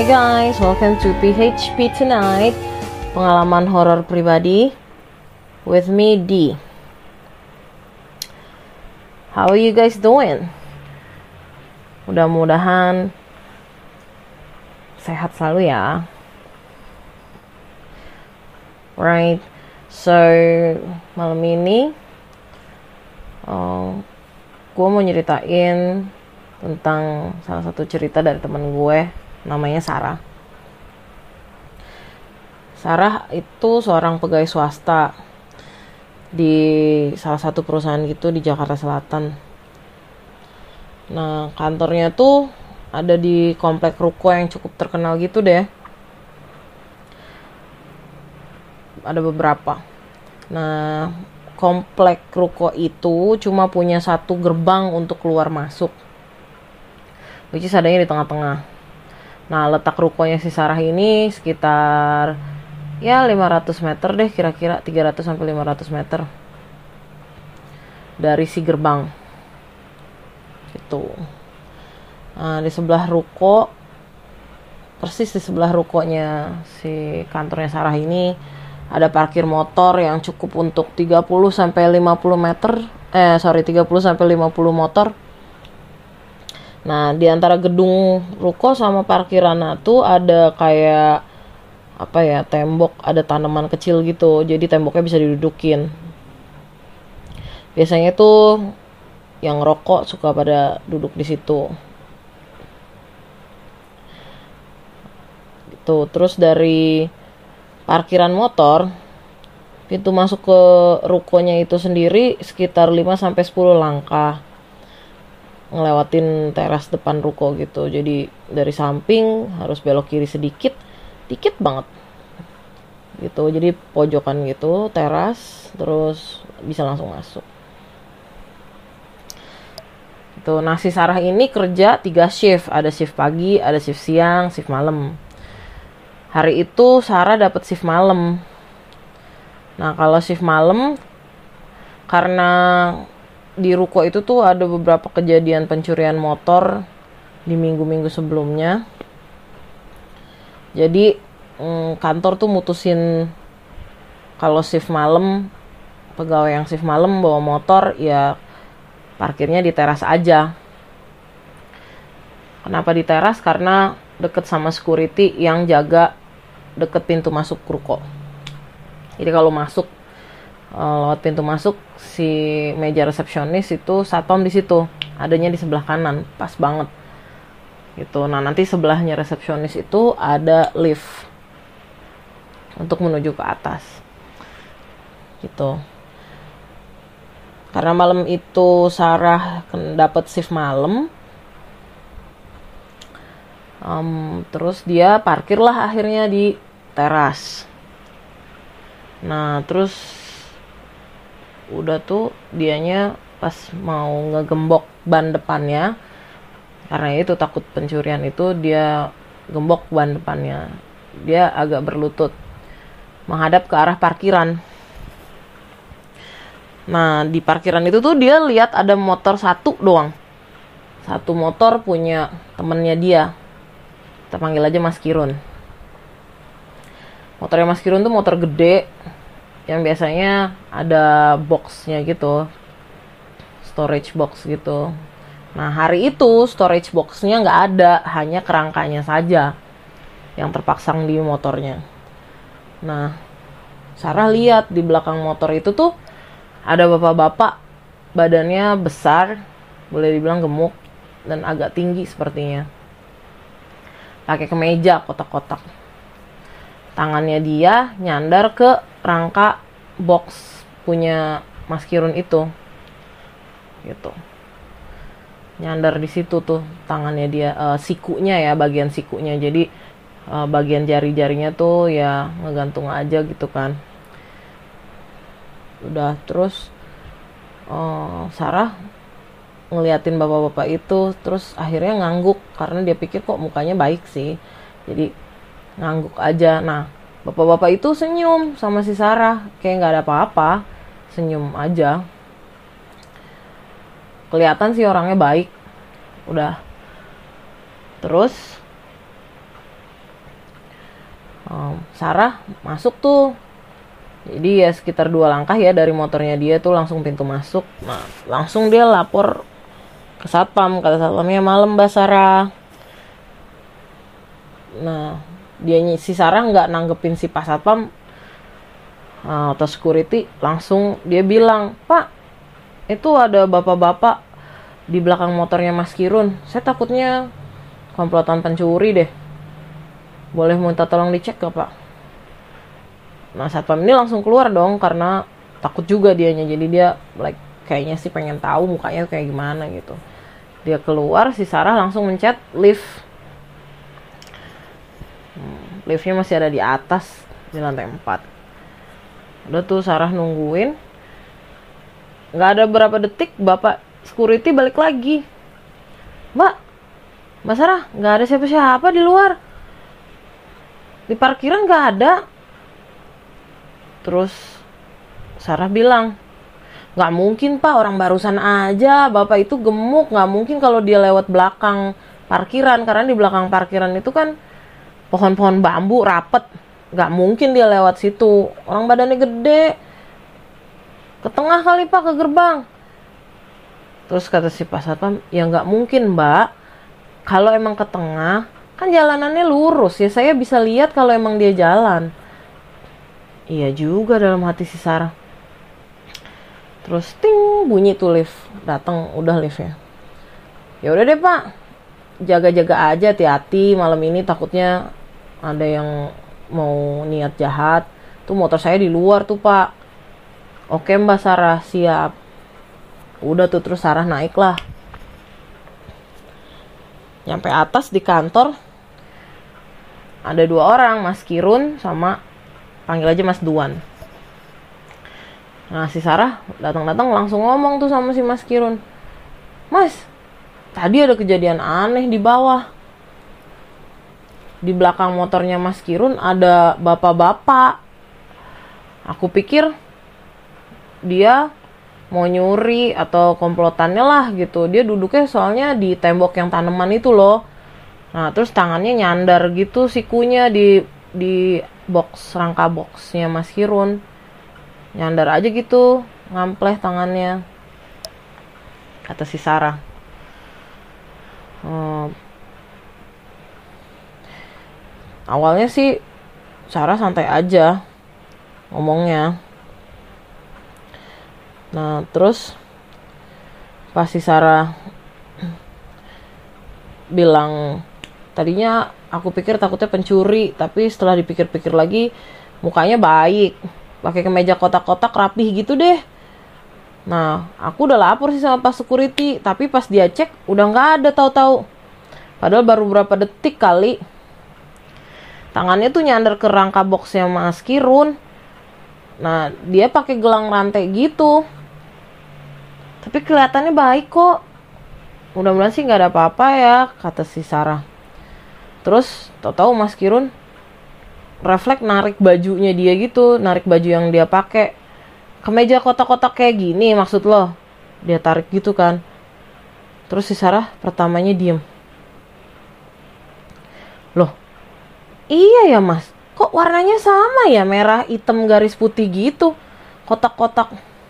Hai guys, welcome to PHP Tonight, pengalaman horor pribadi with me D. How are you guys doing? Mudah-mudahan sehat selalu ya. Right, so malam ini gue mau nyeritain tentang salah satu cerita dari temen gue, namanya Sarah. Sarah itu seorang pegawai swasta di salah satu perusahaan gitu di Jakarta Selatan. Nah, kantornya tuh ada di komplek ruko yang cukup terkenal gitu deh. Ada beberapa. Nah, komplek ruko itu cuma punya satu gerbang untuk keluar masuk, which is adanya di tengah-tengah. Nah, letak rukonya si Sarah ini sekitar ya 500 meter deh, kira-kira 300 sampai 500 meter dari si gerbang. Gitu. Nah, di sebelah ruko, persis di sebelah rukonya si kantornya Sarah ini ada parkir motor yang cukup untuk 30 sampai 50 meter. 30 sampai 50 motor. Nah, di antara gedung ruko sama parkiran tuh ada kayak tembok, ada tanaman kecil gitu. Jadi temboknya bisa didudukin. Biasanya tuh yang rokok suka pada duduk di situ. Gitu. Terus dari parkiran motor, pintu masuk ke rukonya itu sendiri sekitar 5 sampai 10 langkah. Ngelewatin teras depan ruko gitu. Jadi dari samping harus belok kiri sedikit, dikit banget gitu. Jadi pojokan gitu, teras, terus bisa langsung masuk gitu. Nah, si Sarah ini kerja 3 shift. Ada shift pagi, ada shift siang, shift malam. Hari itu Sarah dapat shift malam. Nah, kalau shift malam, karena di ruko itu tuh ada beberapa kejadian pencurian motor di minggu-minggu sebelumnya. Jadi kantor tuh mutusin kalau shift malam, pegawai yang shift malam bawa motor ya parkirnya di teras aja. Kenapa di teras? Karena deket sama security yang jaga deket pintu masuk ruko. Jadi kalau masuk lewat pintu masuk, si meja resepsionis itu satpam di situ, adanya di sebelah kanan, pas banget gitu. Nah, nanti sebelahnya resepsionis itu ada lift untuk menuju ke atas gitu. Karena malam itu Sarah dapat shift malam, terus dia parkirlah akhirnya di teras. Nah, terus udah tuh dianya pas mau ngegembok ban depannya, karena itu takut pencurian itu, dia gembok ban depannya. Dia agak berlutut menghadap ke arah parkiran. Nah, di parkiran itu tuh dia lihat ada motor satu doang. Satu motor punya temennya dia. Kita panggil aja Mas Kirun. Motornya Mas Kirun tuh motor gede yang biasanya ada boxnya gitu, storage box gitu. Nah, hari itu storage boxnya nggak ada, hanya kerangkanya saja yang terpasang di motornya. Nah, Sarah lihat di belakang motor itu tuh ada bapak-bapak, badannya besar, boleh dibilang gemuk dan agak tinggi sepertinya, pakai kemeja kotak-kotak. Tangannya dia nyandar ke rangka box punya Mas Kirun itu, gitu. Nyandar di situ tuh tangannya dia, sikunya ya, bagian sikunya. Jadi bagian jari-jarinya tuh ya ngegantung aja gitu kan. Udah, terus Sarah ngeliatin bapak-bapak itu, terus akhirnya ngangguk karena dia pikir kok mukanya baik sih. Jadi ngangguk aja. Nah, bapak-bapak itu senyum sama si Sarah, kayak nggak ada apa-apa, senyum aja. Kelihatan sih orangnya baik. Udah. Terus Sarah masuk tuh. Jadi ya sekitar 2 langkah ya dari motornya dia tuh langsung pintu masuk. Nah langsung dia lapor ke satpam. Kata satpamnya, malam Mbak Sarah. Nah si Sarah nggak nanggepin si pas satpam atau security, langsung dia bilang, Pak, itu ada bapak-bapak di belakang motornya Mas Kirun. Saya takutnya komplotan pencuri deh. Boleh minta tolong dicek gak Pak? Nah satpam ini langsung keluar dong karena takut juga dianya. Jadi dia kayaknya sih pengen tahu mukanya kayak gimana gitu. Dia keluar, si Sarah langsung mencet lift. Liftnya masih ada di atas, di lantai 4. Udah tuh Sarah nungguin. Gak ada berapa detik, bapak security balik lagi. Mbak Sarah, gak ada siapa-siapa di luar. Di parkiran gak ada. Terus Sarah bilang, gak mungkin Pak, orang barusan aja. Bapak itu gemuk, gak mungkin kalau dia lewat belakang parkiran. Karena di belakang parkiran itu kan pohon-pohon bambu rapet. Gak mungkin dia lewat situ. Orang badannya gede. Ke tengah kali Pak, ke gerbang. Terus kata si Pak Satpam, ya gak mungkin Mbak. Kalau emang ke tengah, kan jalanannya lurus. Ya saya bisa lihat kalau emang dia jalan. Iya juga dalam hati si Sarah. Terus ting, bunyi tuh lift. Datang udah liftnya. Ya udah deh Pak, jaga-jaga aja, hati-hati malam ini, takutnya ada yang mau niat jahat. Tuh motor saya di luar tuh Pak. Oke Mbak Sarah, siap. Udah tuh terus Sarah naik lah. Nyampe atas di kantor, ada 2 orang, Mas Kirun sama panggil aja Mas Duan. Nah si Sarah datang-datang langsung ngomong tuh sama si Mas Kirun, Mas, tadi ada kejadian aneh di bawah. Di belakang motornya Mas Kirun ada bapak-bapak. Aku pikir dia mau nyuri atau komplotannya lah gitu. Dia duduknya soalnya di tembok yang tanaman itu loh. Nah terus tangannya nyandar gitu sikunya di rangka boxnya Mas Kirun. Nyandar aja gitu, ngampleh tangannya, kata si Sarah. Awalnya sih Sarah santai aja ngomongnya. Nah terus pas si Sarah bilang, tadinya aku pikir takutnya pencuri, tapi setelah dipikir-pikir lagi mukanya baik, pakai kemeja kotak-kotak rapih gitu deh. Nah aku udah lapor sih sama pas security, tapi pas dia cek udah nggak ada tahu-tahu. Padahal baru berapa detik kali. Tangannya tuh nyandar ke rangka boxnya Mas Kirun. Nah dia pakai gelang rantai gitu, tapi kelihatannya baik kok. Mudah-mudahan sih nggak ada apa-apa ya, kata si Sarah. Terus tahu-tahu Mas Kirun refleks narik bajunya dia gitu, narik baju yang dia pakai. Kemeja kotak-kotak kayak gini maksud lo? Dia tarik gitu kan. Terus si Sarah pertamanya diem. Loh, iya ya Mas, kok warnanya sama ya, merah hitam garis putih gitu, kotak-kotak.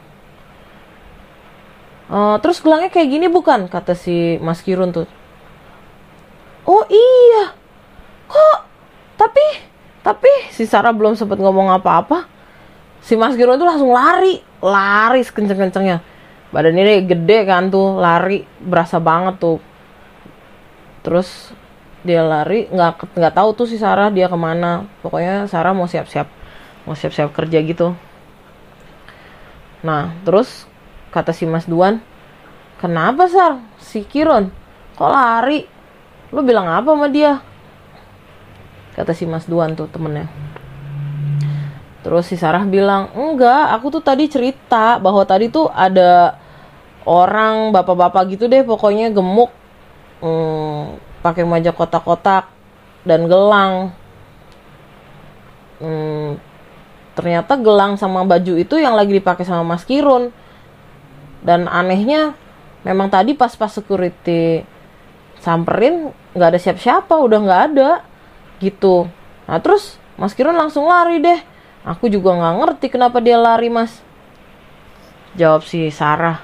Terus gelangnya kayak gini bukan, kata si Mas Kirun tuh. Oh iya, kok tapi si Sarah belum sempat ngomong apa-apa, si Mas Kirun tuh langsung lari sekenceng-kencengnya. Badannya dia gede kan tuh, lari berasa banget tuh. Terus dia lari, nggak tahu tuh si Sarah dia kemana. Pokoknya Sarah mau siap-siap kerja gitu. Nah terus kata si Mas Duan, kenapa Sar, si Kirun kok lari? Lu bilang apa sama dia? Kata si Mas Duan tuh temennya. Terus si Sarah bilang, enggak, aku tuh tadi cerita bahwa tadi tuh ada orang bapak-bapak gitu deh, pokoknya gemuk, pakai meja kotak-kotak dan gelang. Ternyata gelang sama baju itu yang lagi dipakai sama Mas Kirun. Dan anehnya memang tadi pas security samperin nggak ada siapa-siapa, udah nggak ada gitu. Nah terus Mas Kirun langsung lari deh. Aku juga nggak ngerti kenapa dia lari, Mas. Jawab si Sarah.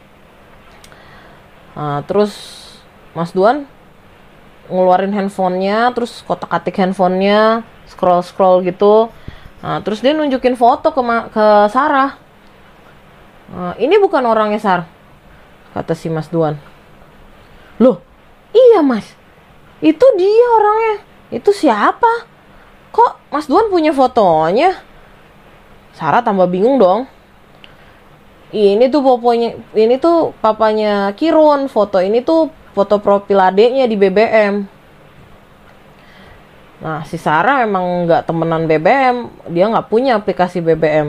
Nah, terus Mas Duan ngeluarin handphonenya, terus kotak-atik handphonenya, scroll gitu. Nah, terus dia nunjukin foto ke Sarah. Nah, ini bukan orangnya, Sar, kata si Mas Duan. Loh, iya Mas, itu dia orangnya. Itu siapa? Kok Mas Duan punya fotonya? Sarah tambah bingung dong. Ini tuh papanya Kirun. Foto ini tuh foto profil adeknya di BBM. Nah, si Sarah emang nggak temenan BBM. Dia nggak punya aplikasi BBM.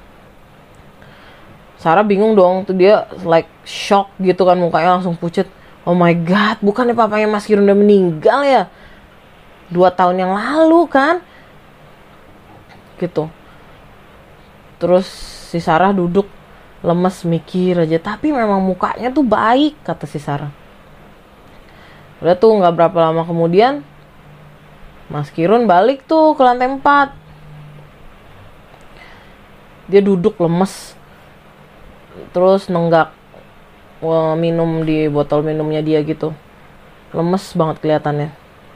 Sarah bingung dong. Tuh dia like shock gitu kan, mukanya langsung pucet. Oh my god, bukannya papanya Mas Kirun udah meninggal ya? 2 tahun yang lalu kan? Gitu. Terus si Sarah duduk lemes mikir aja. Tapi memang mukanya tuh baik, kata si Sarah. Udah tuh gak berapa lama kemudian Mas Kirun balik tuh ke lantai 4. Dia duduk lemes. Terus nenggak minum di botol minumnya dia gitu. Lemes banget kelihatannya.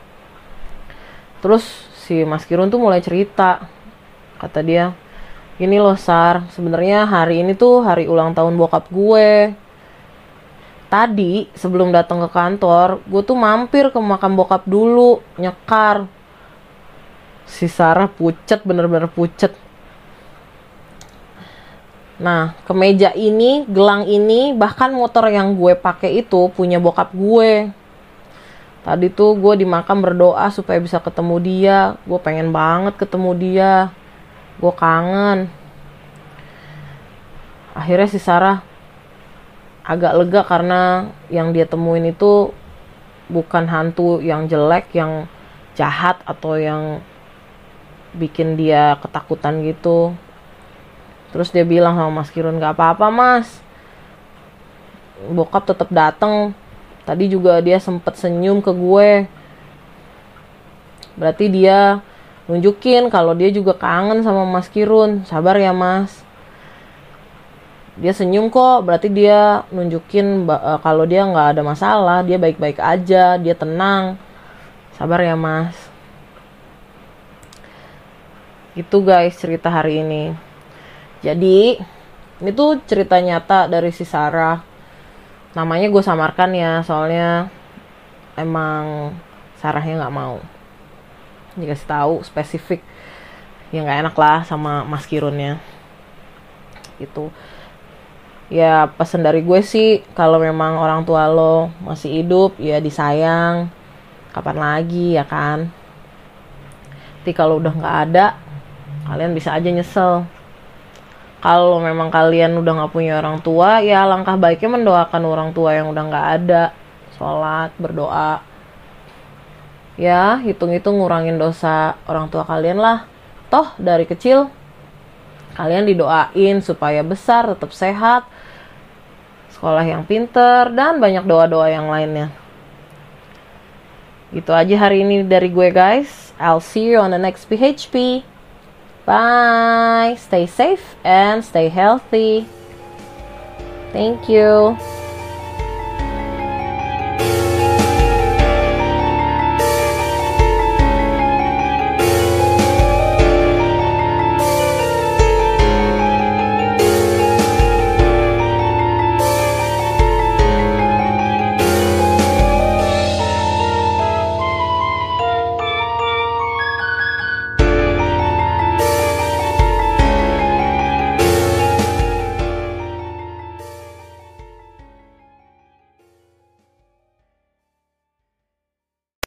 Terus si Mas Kirun tuh mulai cerita. Kata dia, gini loh Sar, sebenarnya hari ini tuh hari ulang tahun bokap gue. Tadi sebelum datang ke kantor, gue tuh mampir ke makam bokap dulu, nyekar. Si Sarah pucet, bener-bener pucet. Nah, kemeja ini, gelang ini, bahkan motor yang gue pakai itu punya bokap gue. Tadi tuh gue di makam berdoa supaya bisa ketemu dia. Gue pengen banget ketemu dia. Gue kangen. Akhirnya si Sarah agak lega karena yang dia temuin itu bukan hantu yang jelek, yang jahat atau yang bikin dia ketakutan gitu. Terus dia bilang sama Mas Kirun, gak apa-apa Mas, bokap tetap datang. Tadi juga dia sempet senyum ke gue. Berarti dia nunjukin kalau dia juga kangen sama Mas Kirun. Sabar ya Mas. Dia senyum kok, berarti dia nunjukin kalau dia gak ada masalah. Dia baik-baik aja, dia tenang. Sabar ya Mas. Gitu guys cerita hari ini. Jadi ini tuh cerita nyata dari si Sarah. Namanya gue samarkan ya, soalnya emang Sarahnya nggak mau dikasih tahu spesifik. Ya nggak enak lah sama Mas Kirunnya. Gitu. Ya pesan dari gue sih, kalau memang orang tua lo masih hidup ya disayang. Kapan lagi ya kan? Tapi kalau udah nggak ada, kalian bisa aja nyesel. Kalau memang kalian udah gak punya orang tua, ya langkah baiknya mendoakan orang tua yang udah gak ada. Sholat, berdoa. Ya, hitung-hitung ngurangin dosa orang tua kalian lah. Toh, dari kecil, kalian didoain supaya besar, tetap sehat, sekolah yang pinter, dan banyak doa-doa yang lainnya. Gitu aja hari ini dari gue guys. I'll see you on the next PHP. Bye. Stay safe and stay healthy. Thank you.